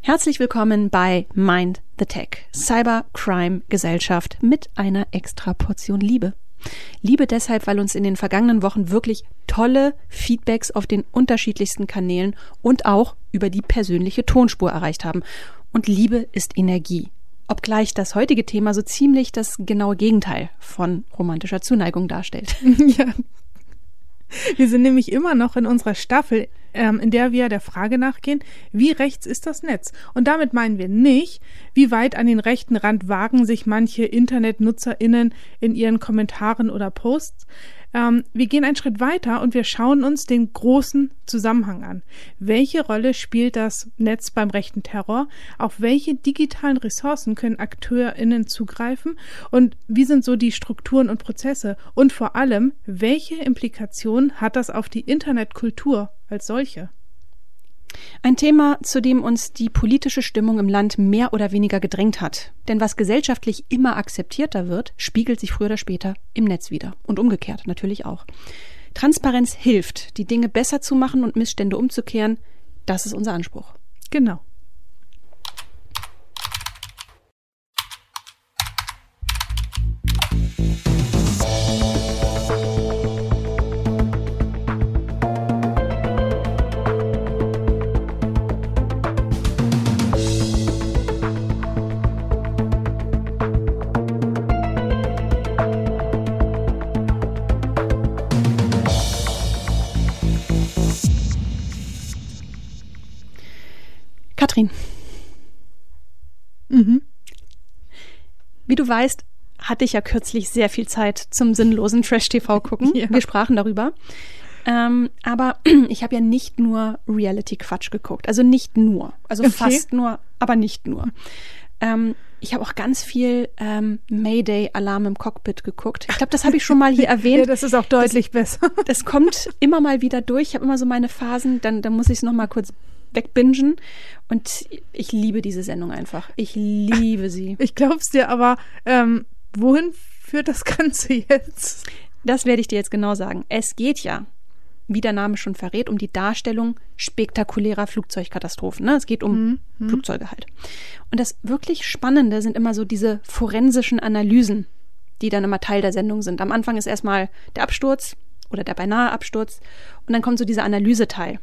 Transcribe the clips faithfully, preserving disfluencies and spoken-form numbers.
Herzlich willkommen bei Mind the Tech, Cybercrime-Gesellschaft mit einer extra Portion Liebe. Liebe deshalb, weil uns in den vergangenen Wochen wirklich tolle Feedbacks auf den unterschiedlichsten Kanälen und auch über die persönliche Tonspur erreicht haben. Und Liebe ist Energie. Obgleich das heutige Thema so ziemlich das genaue Gegenteil von romantischer Zuneigung darstellt. Ja. Wir sind nämlich immer noch in unserer Staffel, ähm, in der wir der Frage nachgehen, wie rechts ist das Netz? Und damit meinen wir nicht, wie weit an den rechten Rand wagen sich manche InternetnutzerInnen in ihren Kommentaren oder Posts. Ähm, wir gehen einen Schritt weiter und wir schauen uns den großen Zusammenhang an. Welche Rolle spielt das Netz beim rechten Terror? Auf welche digitalen Ressourcen können AkteurInnen zugreifen? Und wie sind so die Strukturen und Prozesse? Und vor allem, welche Implikationen hat das auf die Internetkultur als solche? Ein Thema, zu dem uns die politische Stimmung im Land mehr oder weniger gedrängt hat. Denn was gesellschaftlich immer akzeptierter wird, spiegelt sich früher oder später im Netz wieder. Und umgekehrt natürlich auch. Transparenz hilft, die Dinge besser zu machen und Missstände umzukehren. Das ist unser Anspruch. Genau. Katrin. Mhm. Wie du weißt, hatte ich ja kürzlich sehr viel Zeit zum sinnlosen Trash-T V gucken. Ja. Wir sprachen darüber. Ähm, aber ich habe ja nicht nur Reality-Quatsch geguckt. Also nicht nur. Also Okay. fast nur, aber nicht nur. Ähm, ich habe auch ganz viel ähm, Mayday-Alarm im Cockpit geguckt. Ich glaube, das habe ich schon mal hier erwähnt. Ja, das ist auch deutlich das, besser. Das kommt immer mal wieder durch. Ich habe immer so meine Phasen, dann, dann muss ich es noch mal kurz wegbingen. Und ich liebe diese Sendung einfach. Ich liebe sie. Ich glaub's dir, aber ähm, wohin führt das Ganze jetzt? Das werde ich dir jetzt genau sagen. Es geht ja, wie der Name schon verrät, um die Darstellung spektakulärer Flugzeugkatastrophen. Ne? Es geht um Mhm. Flugzeuge halt. Und das wirklich Spannende sind immer so diese forensischen Analysen, die dann immer Teil der Sendung sind. Am Anfang ist erstmal der Absturz oder der beinahe Absturz und dann kommt so dieser Analyseteil.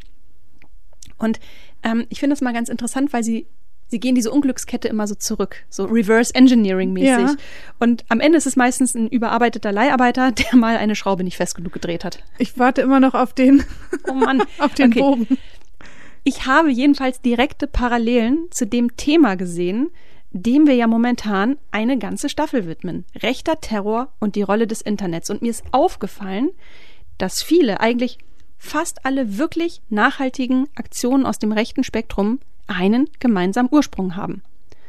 Und ähm, ich finde das mal ganz interessant, weil sie sie gehen diese Unglückskette immer so zurück, so Reverse Engineering mäßig. Ja. Und am Ende ist es meistens ein überarbeiteter Leiharbeiter, der mal eine Schraube nicht fest genug gedreht hat. Ich warte immer noch auf den, Oh Mann. auf den Okay. Bogen. Ich habe jedenfalls direkte Parallelen zu dem Thema gesehen, dem wir ja momentan eine ganze Staffel widmen. Rechter Terror und die Rolle des Internets. Und mir ist aufgefallen, dass viele, eigentlich fast alle wirklich nachhaltigen Aktionen aus dem rechten Spektrum einen gemeinsamen Ursprung haben.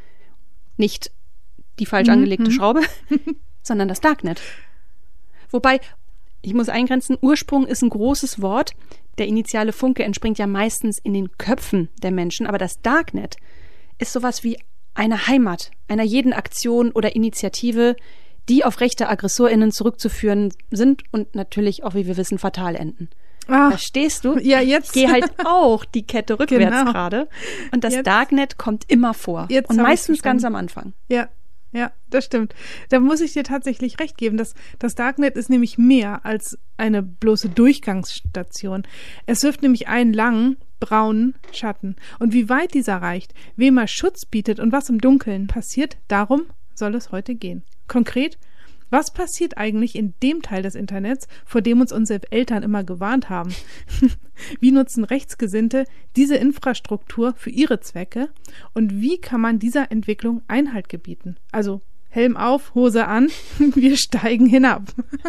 Nicht die falsch angelegte Mhm. Schraube, sondern das Darknet. Wobei, ich muss eingrenzen, Ursprung ist ein großes Wort. Der initiale Funke entspringt ja meistens in den Köpfen der Menschen, aber das Darknet ist sowas wie eine Heimat einer jeden Aktion oder Initiative, die auf rechte AggressorInnen zurückzuführen sind und natürlich auch, wie wir wissen, fatal enden. Ah, Verstehst du? ja, jetzt. Ich gehe halt auch die Kette rückwärts Genau. gerade. Und das Jetzt- Darknet kommt immer vor. Jetzt Und hab ich's meistens ganz verstanden. am Anfang. Ja, ja, das stimmt. Da muss ich dir tatsächlich recht geben. Das, das Darknet ist nämlich mehr als eine bloße Durchgangsstation. Es wirft nämlich einen langen, braunen Schatten. Und wie weit dieser reicht, wem er Schutz bietet und was im Dunkeln passiert, darum soll es heute gehen. Konkret, was passiert eigentlich in dem Teil des Internets, vor dem uns unsere Eltern immer gewarnt haben? Wie nutzen Rechtsgesinnte diese Infrastruktur für ihre Zwecke? Und wie kann man dieser Entwicklung Einhalt gebieten? Also Helm auf, Hose an, wir steigen hinab.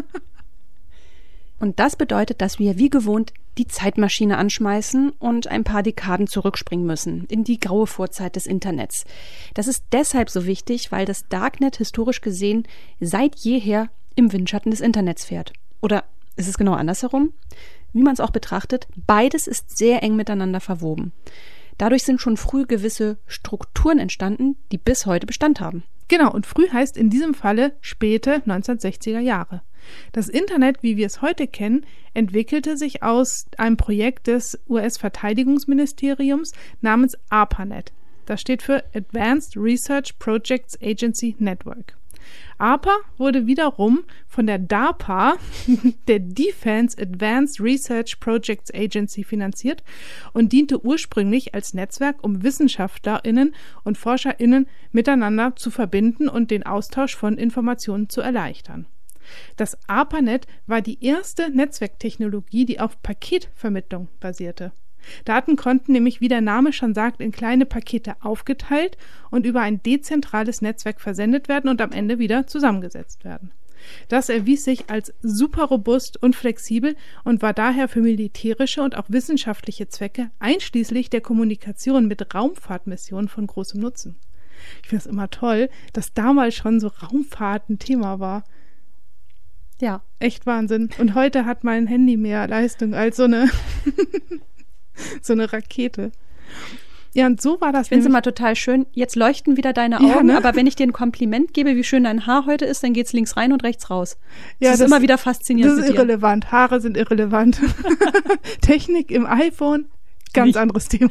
Und das bedeutet, dass wir wie gewohnt die Zeitmaschine anschmeißen und ein paar Dekaden zurückspringen müssen in die graue Vorzeit des Internets. Das ist deshalb so wichtig, weil das Darknet historisch gesehen seit jeher im Windschatten des Internets fährt. Oder ist es genau andersherum? Wie man es auch betrachtet, beides ist sehr eng miteinander verwoben. Dadurch sind schon früh gewisse Strukturen entstanden, die bis heute Bestand haben. Genau, und früh heißt in diesem Falle späte neunzehnhundertsechziger Jahre. Das Internet, wie wir es heute kennen, entwickelte sich aus einem Projekt des U S-Verteidigungsministeriums namens ARPANET. Das steht für Advanced Research Projects Agency Network. A R P A wurde wiederum von der DARPA, der Defense Advanced Research Projects Agency, finanziert und diente ursprünglich als Netzwerk, um WissenschaftlerInnen und ForscherInnen miteinander zu verbinden und den Austausch von Informationen zu erleichtern. Das ARPANET war die erste Netzwerktechnologie, die auf Paketvermittlung basierte. Daten konnten nämlich, wie der Name schon sagt, in kleine Pakete aufgeteilt und über ein dezentrales Netzwerk versendet werden und am Ende wieder zusammengesetzt werden. Das erwies sich als super robust und flexibel und war daher für militärische und auch wissenschaftliche Zwecke einschließlich der Kommunikation mit Raumfahrtmissionen von großem Nutzen. Ich finde es immer toll, dass damals schon so Raumfahrt ein Thema war. Ja, echt Wahnsinn. Und heute hat mein Handy mehr Leistung als so eine so eine Rakete. Ja, und so war das. Ich finde es immer total schön. Jetzt leuchten wieder deine Augen, ja, ne? Aber wenn ich dir ein Kompliment gebe, wie schön dein Haar heute ist, dann geht's links rein und rechts raus. Das ja, ist das, immer wieder faszinierend. Das ist irrelevant. Dir. Haare sind irrelevant. Technik im iPhone, ganz wie? Anderes Thema.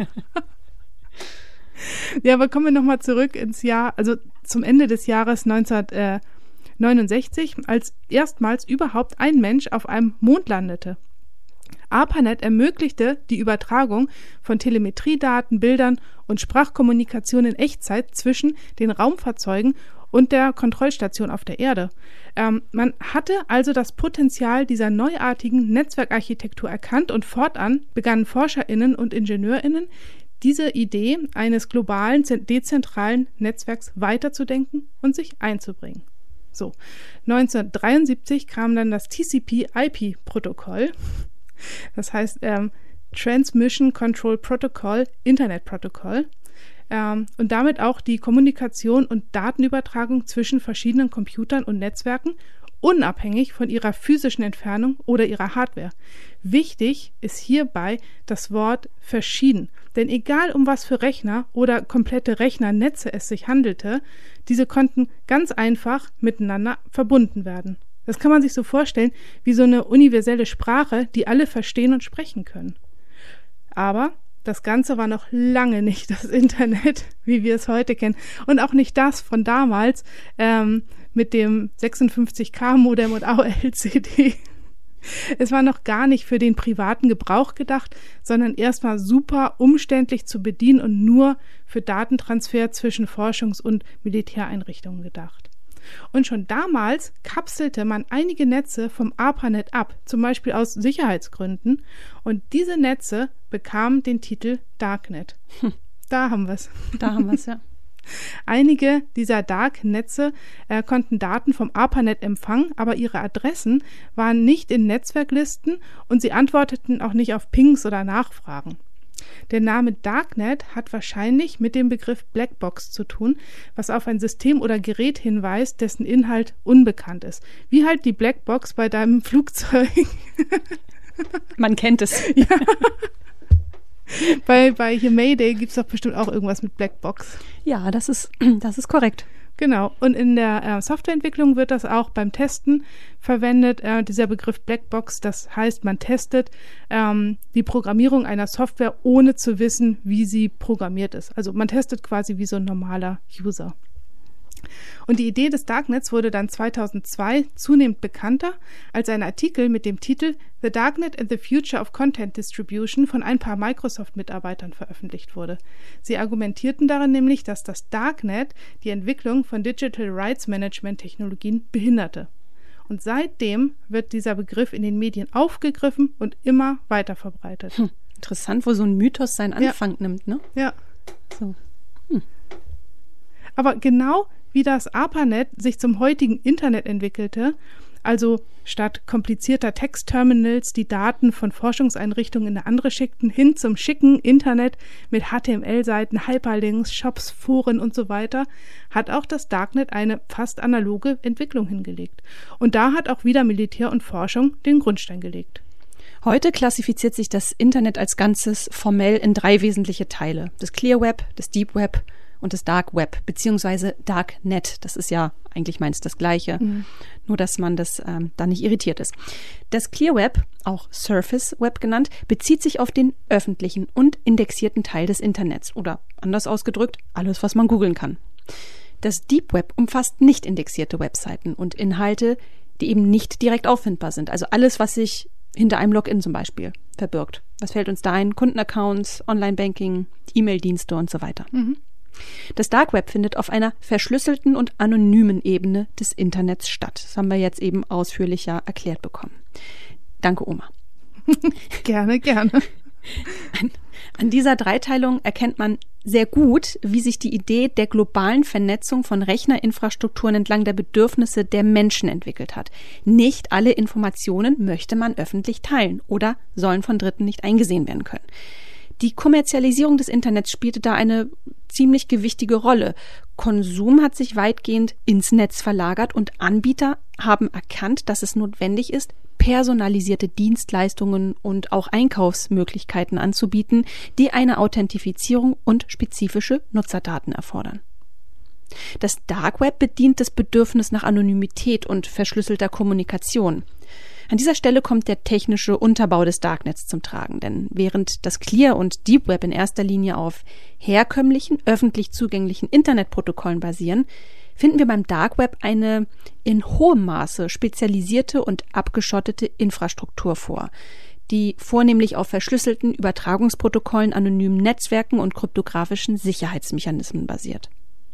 Ja, aber kommen wir nochmal zurück ins Jahr, also zum Ende des Jahres neunzehnhundertneunundsechzig, als erstmals überhaupt ein Mensch auf einem Mond landete. ARPANET ermöglichte die Übertragung von Telemetriedaten, Bildern und Sprachkommunikation in Echtzeit zwischen den Raumfahrzeugen und der Kontrollstation auf der Erde. Ähm, man hatte also das Potenzial dieser neuartigen Netzwerkarchitektur erkannt und fortan begannen ForscherInnen und IngenieurInnen, diese Idee eines globalen, dezentralen Netzwerks weiterzudenken und sich einzubringen. So, neunzehnhundertdreiundsiebzig kam dann das T C P I P-Protokoll. Das heißt ähm, Transmission Control Protocol, Internetprotokoll, ähm, und damit auch die Kommunikation und Datenübertragung zwischen verschiedenen Computern und Netzwerken, unabhängig von ihrer physischen Entfernung oder ihrer Hardware. Wichtig ist hierbei das Wort verschieden, denn egal um was für Rechner oder komplette Rechnernetze es sich handelte, diese konnten ganz einfach miteinander verbunden werden. Das kann man sich so vorstellen wie so eine universelle Sprache, die alle verstehen und sprechen können. Aber das Ganze war noch lange nicht das Internet, wie wir es heute kennen. Und auch nicht das von damals ähm, mit dem sechsundfünfzig K Modem und A O L C D. Es war noch gar nicht für den privaten Gebrauch gedacht, sondern erstmal super umständlich zu bedienen und nur für Datentransfer zwischen Forschungs- und Militäreinrichtungen gedacht. Und schon damals kapselte man einige Netze vom ARPANET ab, zum Beispiel aus Sicherheitsgründen. Und diese Netze bekamen den Titel Darknet. Hm. Da haben wir es. Da haben wir es, ja. Einige dieser Dark-Netze äh, konnten Daten vom ARPANET empfangen, aber ihre Adressen waren nicht in Netzwerklisten und sie antworteten auch nicht auf Pings oder Nachfragen. Der Name Darknet hat wahrscheinlich mit dem Begriff Blackbox zu tun, was auf ein System oder Gerät hinweist, dessen Inhalt unbekannt ist. Wie halt die Blackbox bei deinem Flugzeug. Man kennt es. Ja. Bei, bei hier Mayday gibt es doch bestimmt auch irgendwas mit Blackbox. Ja, das ist, das ist korrekt. Genau. Und in der äh, Softwareentwicklung wird das auch beim Testen verwendet, äh, dieser Begriff Blackbox. Das heißt, man testet ähm, die Programmierung einer Software, ohne zu wissen, wie sie programmiert ist. Also man testet quasi wie so ein normaler User. Und die Idee des Darknets wurde dann zweitausendzwei zunehmend bekannter, als ein Artikel mit dem Titel The Darknet and the Future of Content Distribution von ein paar Microsoft-Mitarbeitern veröffentlicht wurde. Sie argumentierten darin nämlich, dass das Darknet die Entwicklung von Digital Rights Management Technologien behinderte. Und seitdem wird dieser Begriff in den Medien aufgegriffen und immer weiter verbreitet. Hm, interessant, wo so ein Mythos seinen Anfang ja. nimmt, ne? Ja. So. Hm. Aber genau wie das ARPANET sich zum heutigen Internet entwickelte, also statt komplizierter Textterminals die Daten von Forschungseinrichtungen in eine andere schickten, hin zum schicken Internet mit H T M L-Seiten, Hyperlinks, Shops, Foren und so weiter, hat auch das Darknet eine fast analoge Entwicklung hingelegt. Und da hat auch wieder Militär und Forschung den Grundstein gelegt. Heute klassifiziert sich das Internet als Ganzes formell in drei wesentliche Teile: das Clear Web, das Deep Web und das Dark Web, beziehungsweise Darknet. Das ist ja eigentlich meins das Gleiche, mhm. nur dass man das ähm, da nicht irritiert ist. Das Clear Web, auch Surface Web genannt, bezieht sich auf den öffentlichen und indexierten Teil des Internets oder anders ausgedrückt, alles, was man googeln kann. Das Deep Web umfasst nicht indexierte Webseiten und Inhalte, die eben nicht direkt auffindbar sind. Also alles, was sich hinter einem Login zum Beispiel verbirgt. Was fällt uns da ein? Kundenaccounts, Online-Banking, E-Mail-Dienste und so weiter. Mhm. Das Dark Web findet auf einer verschlüsselten und anonymen Ebene des Internets statt. Das haben wir jetzt eben ausführlicher erklärt bekommen. Danke, Oma. Gerne, gerne. An, an dieser Dreiteilung erkennt man sehr gut, wie sich die Idee der globalen Vernetzung von Rechnerinfrastrukturen entlang der Bedürfnisse der Menschen entwickelt hat. Nicht alle Informationen möchte man öffentlich teilen oder sollen von Dritten nicht eingesehen werden können. Die Kommerzialisierung des Internets spielte da eine ziemlich gewichtige Rolle. Konsum hat sich weitgehend ins Netz verlagert und Anbieter haben erkannt, dass es notwendig ist, personalisierte Dienstleistungen und auch Einkaufsmöglichkeiten anzubieten, die eine Authentifizierung und spezifische Nutzerdaten erfordern. Das Dark Web bedient das Bedürfnis nach Anonymität und verschlüsselter Kommunikation. An dieser Stelle kommt der technische Unterbau des Darknets zum Tragen, denn während das Clear und Deep Web in erster Linie auf herkömmlichen, öffentlich zugänglichen Internetprotokollen basieren, finden wir beim Dark Web eine in hohem Maße spezialisierte und abgeschottete Infrastruktur vor, die vornehmlich auf verschlüsselten Übertragungsprotokollen, anonymen Netzwerken und kryptografischen Sicherheitsmechanismen basiert.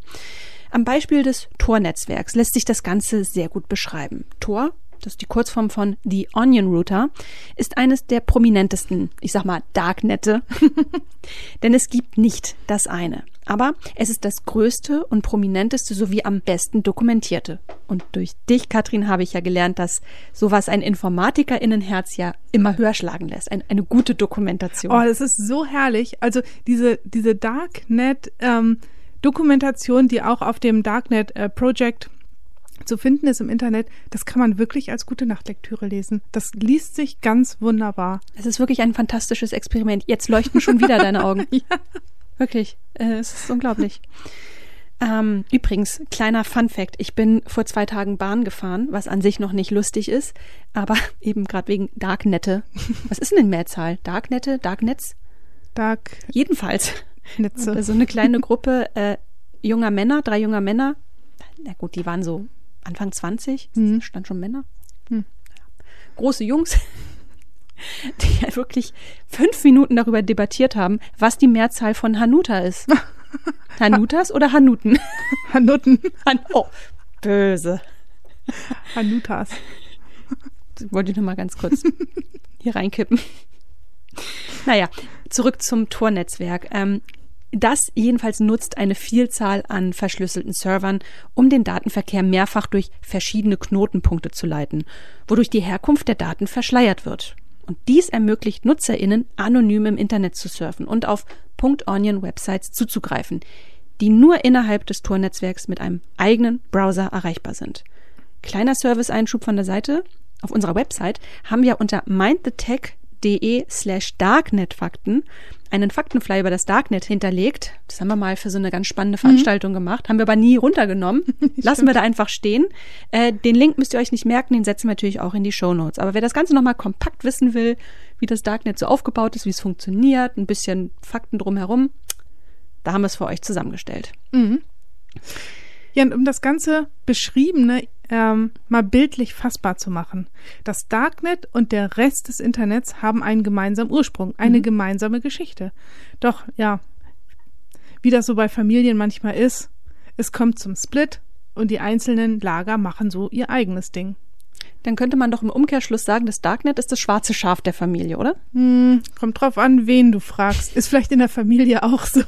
Am Beispiel des Tor-Netzwerks lässt sich das Ganze sehr gut beschreiben. Tor, das ist die Kurzform von The Onion Router, ist eines der prominentesten, ich sag mal, Darknette. Denn es gibt nicht das eine. Aber es ist das größte und prominenteste sowie am besten dokumentierte. Und durch dich, Katrin, habe ich ja gelernt, dass sowas ein InformatikerInnenherz ja immer höher schlagen lässt. Ein, eine gute Dokumentation. Oh, das ist so herrlich. Also diese, diese Darknet-Dokumentation, ähm, die auch auf dem Darknet äh, Project zu finden ist im Internet, das kann man wirklich als gute Nachtlektüre lesen. Das liest sich ganz wunderbar. Es ist wirklich ein fantastisches Experiment. Jetzt leuchten schon wieder deine Augen. Ja. Wirklich, äh, es ist unglaublich. Ähm, übrigens, kleiner Funfact, ich bin vor zwei Tagen Bahn gefahren, was an sich noch nicht lustig ist, aber eben gerade wegen Darknette. Was ist denn in Mehrzahl? Darknette? Darknetz? Dark. Jedenfalls. Netze. So also eine kleine Gruppe äh, junger Männer, drei junger Männer. Na gut, die waren so Anfang zwanzig, mhm. stand schon Männer. Mhm. Große Jungs, die ja wirklich fünf Minuten darüber debattiert haben, was die Mehrzahl von Hanuta ist. Hanutas oder Hanuten? Hanuten. Han oh, böse. Hanutas. Das wollte ich noch mal ganz kurz hier reinkippen. Naja, zurück zum Tor-Netzwerk. Ähm, Das jedenfalls nutzt eine Vielzahl an verschlüsselten Servern, um den Datenverkehr mehrfach durch verschiedene Knotenpunkte zu leiten, wodurch die Herkunft der Daten verschleiert wird. Und dies ermöglicht NutzerInnen, anonym im Internet zu surfen und auf .onion-Websites zuzugreifen, die nur innerhalb des Tor-Netzwerks mit einem eigenen Browser erreichbar sind. Kleiner Service-Einschub von der Seite. Auf unserer Website haben wir unter mindthetech.de slash Darknet-Fakten einen Faktenfly über das Darknet hinterlegt. Das haben wir mal für so eine ganz spannende Veranstaltung mhm. gemacht. Haben wir aber nie runtergenommen. Lassen wir da einfach stehen. Äh, den Link müsst ihr euch nicht merken, den setzen wir natürlich auch in die Shownotes. Aber wer das Ganze nochmal kompakt wissen will, wie das Darknet so aufgebaut ist, wie es funktioniert, ein bisschen Fakten drumherum, da haben wir es für euch zusammengestellt. Mhm. Ja, und um das ganze Beschriebene ähm, mal bildlich fassbar zu machen. Das Darknet und der Rest des Internets haben einen gemeinsamen Ursprung, eine mhm. gemeinsame Geschichte. Doch, ja, wie das so bei Familien manchmal ist, es kommt zum Split und die einzelnen Lager machen so ihr eigenes Ding. Dann könnte man doch im Umkehrschluss sagen, das Darknet ist das schwarze Schaf der Familie, oder? Hm, kommt drauf an, wen du fragst. Ist vielleicht in der Familie auch so.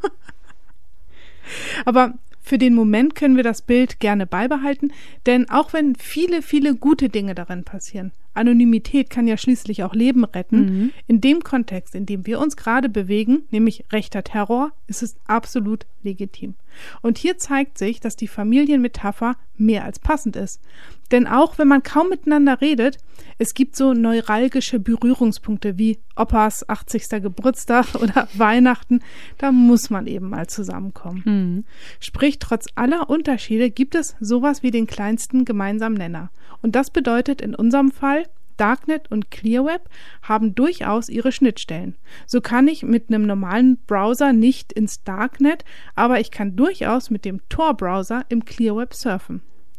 Aber für den Moment können wir das Bild gerne beibehalten, denn auch wenn viele, viele gute Dinge darin passieren, Anonymität kann ja schließlich auch Leben retten. Mhm. In dem Kontext, in dem wir uns gerade bewegen, nämlich rechter Terror, ist es absolut legitim. Und hier zeigt sich, dass die Familienmetapher mehr als passend ist. Denn auch wenn man kaum miteinander redet, es gibt so neuralgische Berührungspunkte wie Opas achtzigster Geburtstag oder Weihnachten, da muss man eben mal zusammenkommen. Mhm. Sprich, trotz aller Unterschiede gibt es sowas wie den kleinsten gemeinsamen Nenner. Und das bedeutet in unserem Fall, Darknet und Clearweb haben durchaus ihre Schnittstellen. So kann ich mit einem normalen Browser nicht ins Darknet, aber ich kann durchaus mit dem Tor-Browser im Clearweb surfen.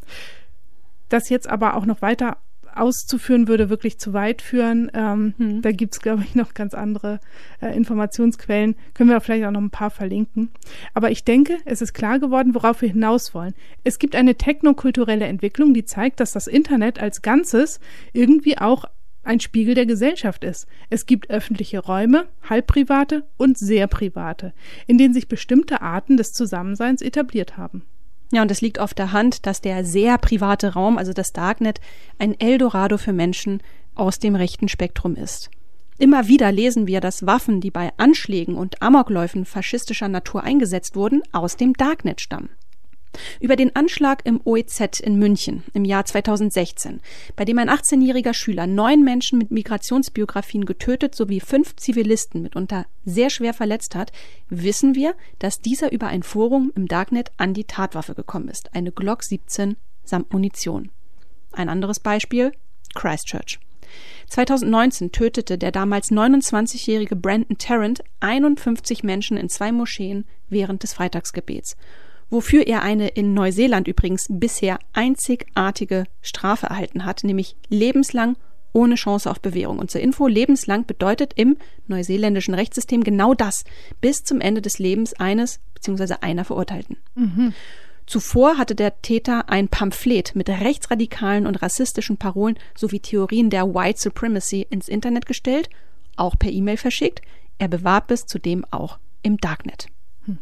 Das jetzt aber auch noch weiter auszuführen, würde wirklich zu weit führen. Ähm, hm. Da gibt's, glaube ich, noch ganz andere äh, Informationsquellen. Können wir vielleicht auch noch ein paar verlinken. Aber ich denke, es ist klar geworden, worauf wir hinaus wollen. Es gibt eine technokulturelle Entwicklung, die zeigt, dass das Internet als Ganzes irgendwie auch ein Spiegel der Gesellschaft ist. Es gibt öffentliche Räume, halbprivate und sehr private, in denen sich bestimmte Arten des Zusammenseins etabliert haben. Ja, und es liegt auf der Hand, dass der sehr private Raum, also das Darknet, ein Eldorado für Menschen aus dem rechten Spektrum ist. Immer wieder lesen wir, dass Waffen, die bei Anschlägen und Amokläufen faschistischer Natur eingesetzt wurden, aus dem Darknet stammen. Über den Anschlag im O E Z in München im Jahr zweitausendsechzehn, bei dem ein achtzehnjähriger Schüler neun Menschen mit Migrationsbiografien getötet sowie fünf Zivilisten mitunter sehr schwer verletzt hat, wissen wir, dass dieser über ein Forum im Darknet an die Tatwaffe gekommen ist, eine Glock siebzehn samt Munition. Ein anderes Beispiel, Christchurch. zweitausendneunzehn tötete der damals neunundzwanzigjährige Brandon Tarrant einundfünfzig Menschen in zwei Moscheen während des Freitagsgebets, wofür er eine in Neuseeland übrigens bisher einzigartige Strafe erhalten hat, nämlich lebenslang ohne Chance auf Bewährung. Und zur Info, lebenslang bedeutet im neuseeländischen Rechtssystem genau das, bis zum Ende des Lebens eines bzw. einer Verurteilten. Mhm. Zuvor hatte der Täter ein Pamphlet mit rechtsradikalen und rassistischen Parolen sowie Theorien der White Supremacy ins Internet gestellt, auch per E-Mail verschickt. Er bewarb es zudem auch im Darknet. Hm.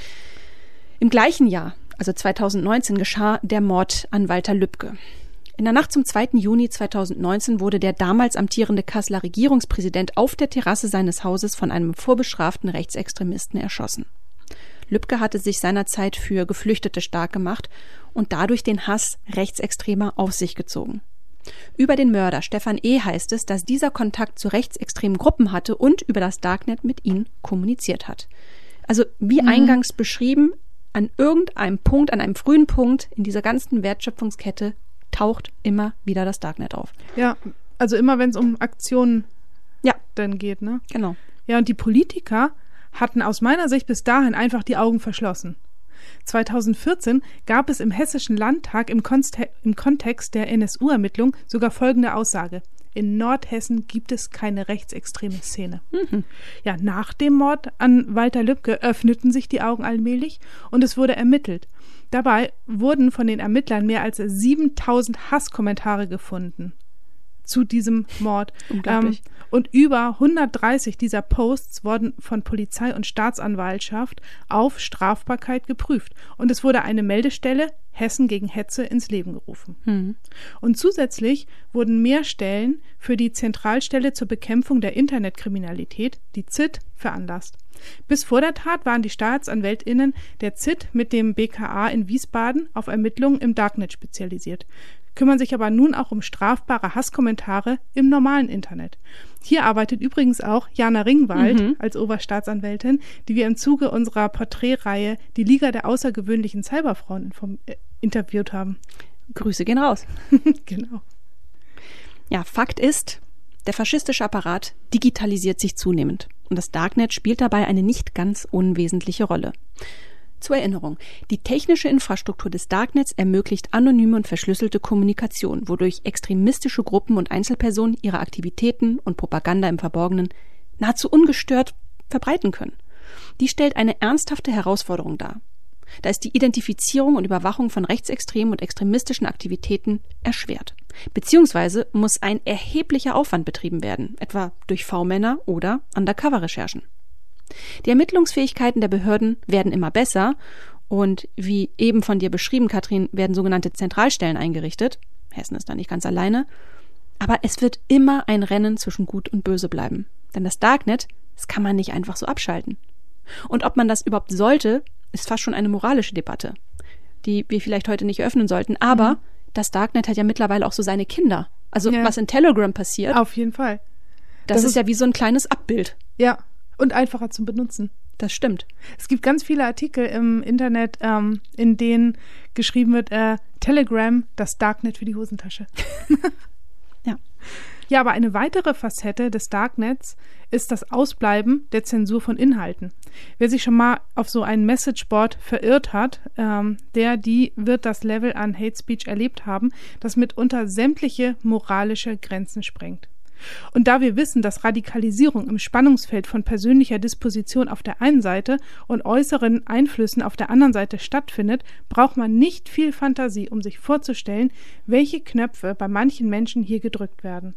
Im gleichen Jahr, also zweitausendneunzehn, geschah der Mord an Walter Lübcke. In der Nacht zum zweiten Juni zweitausendneunzehn wurde der damals amtierende Kasseler Regierungspräsident auf der Terrasse seines Hauses von einem vorbestraften Rechtsextremisten erschossen. Lübcke hatte sich seinerzeit für Geflüchtete stark gemacht und dadurch den Hass Rechtsextremer auf sich gezogen. Über den Mörder Stefan E. heißt es, dass dieser Kontakt zu rechtsextremen Gruppen hatte und über das Darknet mit ihnen kommuniziert hat. Also wie mhm. eingangs beschrieben, an irgendeinem Punkt, an einem frühen Punkt in dieser ganzen Wertschöpfungskette taucht immer wieder das Darknet auf. Ja, also immer wenn es um Aktionen ja. dann geht, ne? Genau. Ja, und die Politiker hatten aus meiner Sicht bis dahin einfach die Augen verschlossen. zweitausendvierzehn gab es im Hessischen Landtag im, Konste- im Kontext der N S U-Ermittlung sogar folgende Aussage: In Nordhessen gibt es keine rechtsextreme Szene. Mhm. Ja, nach dem Mord an Walter Lübcke öffneten sich die Augen allmählich und es wurde ermittelt. Dabei wurden von den Ermittlern mehr als siebentausend Hasskommentare gefunden zu diesem Mord. Unglaublich. Ähm, und über hundertdreißig dieser Posts wurden von Polizei und Staatsanwaltschaft auf Strafbarkeit geprüft. Und es wurde eine Meldestelle Hessen gegen Hetze ins Leben gerufen. Mhm. Und zusätzlich wurden mehr Stellen für die Zentralstelle zur Bekämpfung der Internetkriminalität, die Z I T, veranlasst. Bis vor der Tat waren die StaatsanwältInnen der Z I T mit dem B K A in Wiesbaden auf Ermittlungen im Darknet spezialisiert, kümmern sich aber nun auch um strafbare Hasskommentare im normalen Internet. Hier arbeitet übrigens auch Jana Ringwald mhm. als Oberstaatsanwältin, die wir im Zuge unserer Porträtreihe Die Liga der außergewöhnlichen Cyberfrauen inform- äh, interviewt haben. Grüße gehen raus. Genau. Ja, Fakt ist, der faschistische Apparat digitalisiert sich zunehmend und das Darknet spielt dabei eine nicht ganz unwesentliche Rolle. Zur Erinnerung, die technische Infrastruktur des Darknets ermöglicht anonyme und verschlüsselte Kommunikation, wodurch extremistische Gruppen und Einzelpersonen ihre Aktivitäten und Propaganda im Verborgenen nahezu ungestört verbreiten können. Die stellt eine ernsthafte Herausforderung dar. Da ist die Identifizierung und Überwachung von rechtsextremen und extremistischen Aktivitäten erschwert. Beziehungsweise muss ein erheblicher Aufwand betrieben werden, etwa durch V-Männer oder Undercover-Recherchen. Die Ermittlungsfähigkeiten der Behörden werden immer besser und wie eben von dir beschrieben, Katrin, werden sogenannte Zentralstellen eingerichtet. Hessen ist da nicht ganz alleine. Aber es wird immer ein Rennen zwischen Gut und Böse bleiben. Denn das Darknet, das kann man nicht einfach so abschalten. Und ob man das überhaupt sollte, ist fast schon eine moralische Debatte, die wir vielleicht heute nicht eröffnen sollten. Aber mhm. das Darknet hat ja mittlerweile auch so seine Kinder. Also ja. was in Telegram passiert. Auf jeden Fall. Das, das ist, ist ja wie so ein kleines Abbild. Ja, und einfacher zu benutzen. Das stimmt. Es gibt ganz viele Artikel im Internet, ähm, in denen geschrieben wird, äh, Telegram, das Darknet für die Hosentasche. ja. Ja, aber eine weitere Facette des Darknets ist das Ausbleiben der Zensur von Inhalten. Wer sich schon mal auf so ein Messageboard verirrt hat, ähm, der, die wird das Level an Hate Speech erlebt haben, das mitunter sämtliche moralische Grenzen sprengt. Und da wir wissen, dass Radikalisierung im Spannungsfeld von persönlicher Disposition auf der einen Seite und äußeren Einflüssen auf der anderen Seite stattfindet, braucht man nicht viel Fantasie, um sich vorzustellen, welche Knöpfe bei manchen Menschen hier gedrückt werden.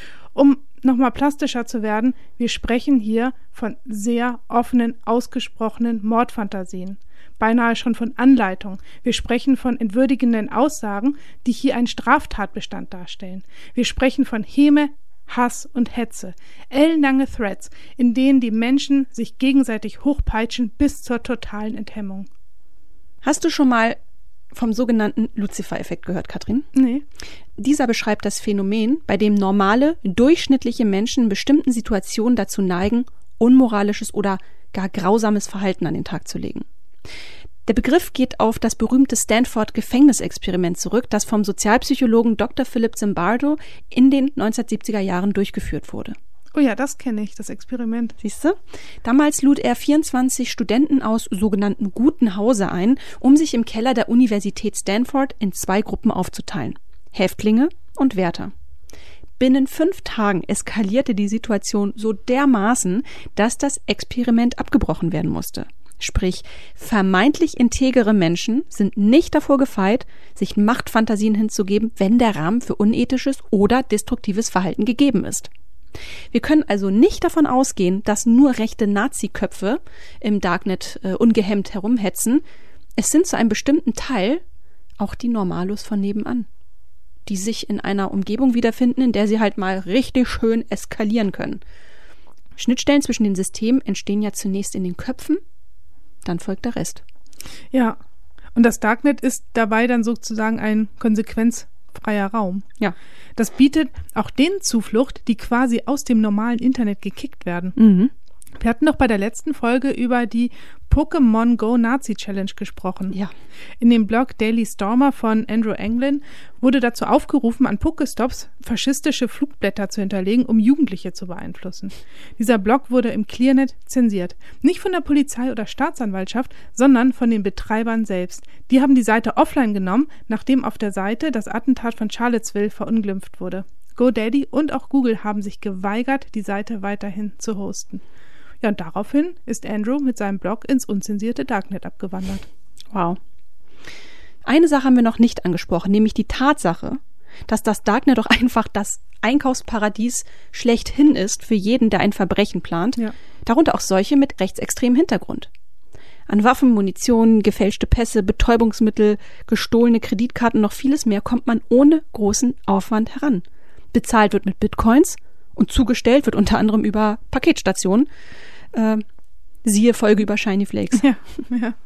Um nochmal plastischer zu werden, wir sprechen hier von sehr offenen, ausgesprochenen Mordfantasien. Beinahe schon von Anleitung. Wir sprechen von entwürdigenden Aussagen, die hier einen Straftatbestand darstellen. Wir sprechen von Häme, Hass und Hetze. Ellenlange Threads, in denen die Menschen sich gegenseitig hochpeitschen bis zur totalen Enthemmung. Hast du schon mal vom sogenannten Lucifer-Effekt gehört, Katrin? Nee. Dieser beschreibt das Phänomen, bei dem normale, durchschnittliche Menschen in bestimmten Situationen dazu neigen, unmoralisches oder gar grausames Verhalten an den Tag zu legen. Der Begriff geht auf das berühmte Stanford-Gefängnisexperiment zurück, das vom Sozialpsychologen Doktor Philip Zimbardo in den neunzehnhundertsiebziger Jahren durchgeführt wurde. Oh ja, das kenne ich, das Experiment. Siehst du? Damals lud er vierundzwanzig Studenten aus sogenannten guten Hause ein, um sich im Keller der Universität Stanford in zwei Gruppen aufzuteilen: Häftlinge und Wärter. Binnen fünf Tagen eskalierte die Situation so dermaßen, dass das Experiment abgebrochen werden musste. Sprich, vermeintlich integere Menschen sind nicht davor gefeit, sich Machtfantasien hinzugeben, wenn der Rahmen für unethisches oder destruktives Verhalten gegeben ist. Wir können also nicht davon ausgehen, dass nur rechte Nazi-Köpfe im Darknet äh, ungehemmt herumhetzen. Es sind zu einem bestimmten Teil auch die Normalos von nebenan, die sich in einer Umgebung wiederfinden, in der sie halt mal richtig schön eskalieren können. Schnittstellen zwischen den Systemen entstehen ja zunächst in den Köpfen, dann folgt der Rest. Ja, und das Darknet ist dabei dann sozusagen ein konsequenzfreier Raum. Ja. Das bietet auch denen Zuflucht, die quasi aus dem normalen Internet gekickt werden. Mhm. Wir hatten doch bei der letzten Folge über die Pokémon Go Nazi Challenge gesprochen. Ja. In dem Blog Daily Stormer von Andrew Anglin wurde dazu aufgerufen, an Pokestops faschistische Flugblätter zu hinterlegen, um Jugendliche zu beeinflussen. Dieser Blog wurde im Clearnet zensiert. Nicht von der Polizei oder Staatsanwaltschaft, sondern von den Betreibern selbst. Die haben die Seite offline genommen, nachdem auf der Seite das Attentat von Charlottesville verunglimpft wurde. GoDaddy und auch Google haben sich geweigert, die Seite weiterhin zu hosten. Ja, und daraufhin ist Andrew mit seinem Blog ins unzensierte Darknet abgewandert. Wow. Eine Sache haben wir noch nicht angesprochen, nämlich die Tatsache, dass das Darknet doch einfach das Einkaufsparadies schlechthin ist für jeden, der ein Verbrechen plant, ja. Darunter auch solche mit rechtsextremem Hintergrund. An Waffen, Munition, gefälschte Pässe, Betäubungsmittel, gestohlene Kreditkarten und noch vieles mehr kommt man ohne großen Aufwand heran. Bezahlt wird mit Bitcoins und zugestellt wird unter anderem über Paketstationen. Äh, siehe Folge über Shiny Flakes. Ja, ja.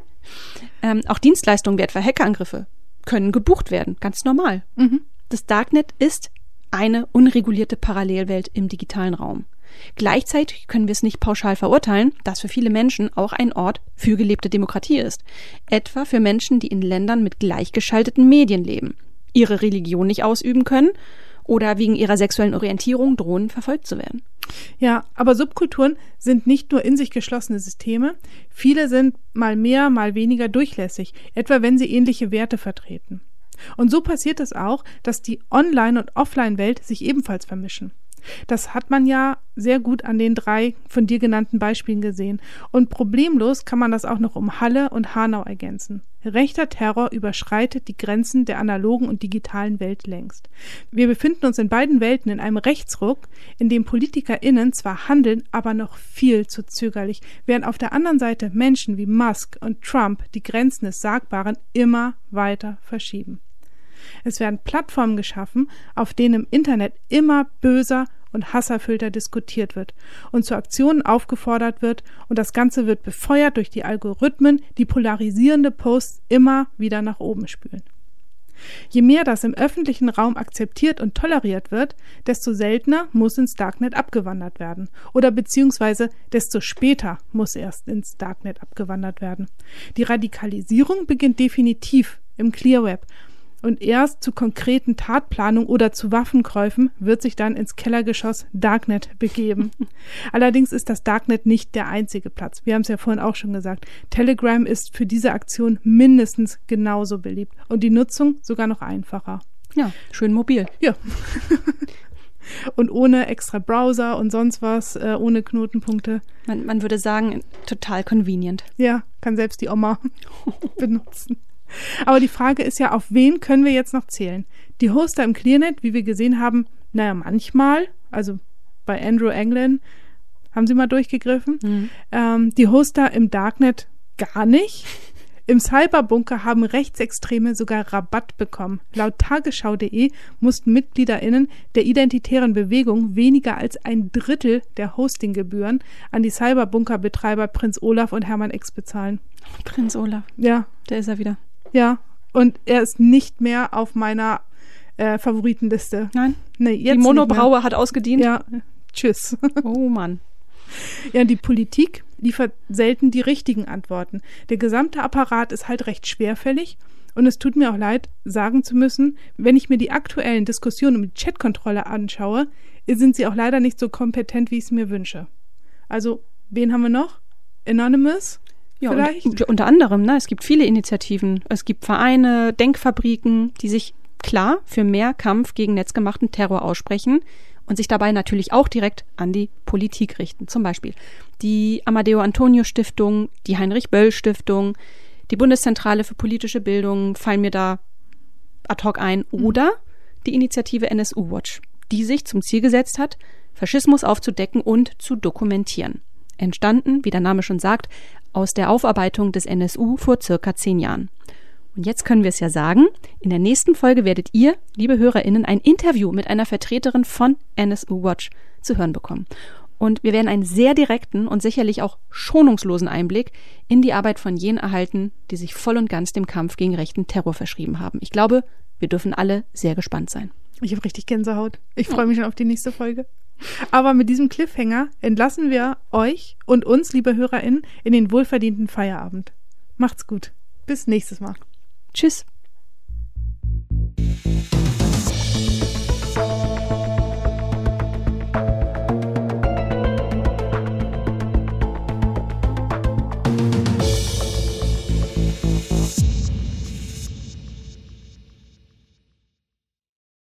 Ähm, auch Dienstleistungen wie etwa Hackerangriffe können gebucht werden, ganz normal. Mhm. Das Darknet ist eine unregulierte Parallelwelt im digitalen Raum. Gleichzeitig können wir es nicht pauschal verurteilen, dass für viele Menschen auch ein Ort für gelebte Demokratie ist. Etwa für Menschen, die in Ländern mit gleichgeschalteten Medien leben, ihre Religion nicht ausüben können oder wegen ihrer sexuellen Orientierung drohen, verfolgt zu werden. Ja, aber Subkulturen sind nicht nur in sich geschlossene Systeme. Viele sind mal mehr, mal weniger durchlässig, etwa wenn sie ähnliche Werte vertreten. Und so passiert es auch, dass die Online- und Offline-Welt sich ebenfalls vermischen. Das hat man ja sehr gut an den drei von dir genannten Beispielen gesehen. Und problemlos kann man das auch noch um Halle und Hanau ergänzen. Rechter Terror überschreitet die Grenzen der analogen und digitalen Welt längst. Wir befinden uns in beiden Welten in einem Rechtsruck, in dem PolitikerInnen zwar handeln, aber noch viel zu zögerlich, während auf der anderen Seite Menschen wie Musk und Trump die Grenzen des Sagbaren immer weiter verschieben. Es werden Plattformen geschaffen, auf denen im Internet immer böser und hasserfüllter diskutiert wird und zu Aktionen aufgefordert wird, und das Ganze wird befeuert durch die Algorithmen, die polarisierende Posts immer wieder nach oben spülen. Je mehr das im öffentlichen Raum akzeptiert und toleriert wird, desto seltener muss ins Darknet abgewandert werden. Oder beziehungsweise desto später muss erst ins Darknet abgewandert werden. Die Radikalisierung beginnt definitiv im Clear Web. Und erst zu konkreten Tatplanungen oder zu Waffenkäufen wird sich dann ins Kellergeschoss Darknet begeben. Allerdings ist das Darknet nicht der einzige Platz. Wir haben es ja vorhin auch schon gesagt. Telegram ist für diese Aktion mindestens genauso beliebt und die Nutzung sogar noch einfacher. Ja, schön mobil. Ja. Und ohne extra Browser und sonst was, äh, ohne Knotenpunkte. Man, man würde sagen, total convenient. Ja, kann selbst die Oma benutzen. Aber die Frage ist ja, auf wen können wir jetzt noch zählen? Die Hoster im Clearnet, wie wir gesehen haben, naja, manchmal, also bei Andrew Anglin, haben Sie mal durchgegriffen. Mhm. Ähm, die Hoster im Darknet gar nicht. Im Cyberbunker haben Rechtsextreme sogar Rabatt bekommen. Laut Tagesschau punkt de mussten MitgliederInnen der Identitären Bewegung weniger als ein Drittel der Hostinggebühren an die Cyberbunker-Betreiber Prinz Olaf und Hermann X bezahlen. Prinz Olaf. Ja. Der ist er wieder. Ja, und er ist nicht mehr auf meiner äh, Favoritenliste. Nein? Nee, jetzt die Monobraue hat ausgedient? Ja, tschüss. Oh Mann. Ja, die Politik liefert selten die richtigen Antworten. Der gesamte Apparat ist halt recht schwerfällig und es tut mir auch leid, sagen zu müssen, wenn ich mir die aktuellen Diskussionen um die Chatkontrolle anschaue, sind sie auch leider nicht so kompetent, wie ich es mir wünsche. Also, wen haben wir noch? Anonymous? Ja, und, unter anderem, ne, es gibt viele Initiativen, es gibt Vereine, Denkfabriken, die sich klar für mehr Kampf gegen netzgemachten Terror aussprechen und sich dabei natürlich auch direkt an die Politik richten. Zum Beispiel die Amadeo Antonio Stiftung, die Heinrich Böll Stiftung, die Bundeszentrale für politische Bildung fallen mir da ad hoc ein, oder die Initiative N S U Watch, die sich zum Ziel gesetzt hat, Faschismus aufzudecken und zu dokumentieren. Entstanden, wie der Name schon sagt, aus der Aufarbeitung des N S U vor circa zehn Jahren. Und jetzt können wir es ja sagen, in der nächsten Folge werdet ihr, liebe HörerInnen, ein Interview mit einer Vertreterin von N S U Watch zu hören bekommen. Und wir werden einen sehr direkten und sicherlich auch schonungslosen Einblick in die Arbeit von jenen erhalten, die sich voll und ganz dem Kampf gegen rechten Terror verschrieben haben. Ich glaube, wir dürfen alle sehr gespannt sein. Ich habe richtig Gänsehaut. Ich freue mich schon auf die nächste Folge. Aber mit diesem Cliffhanger entlassen wir euch und uns, liebe HörerInnen, in den wohlverdienten Feierabend. Macht's gut. Bis nächstes Mal. Tschüss.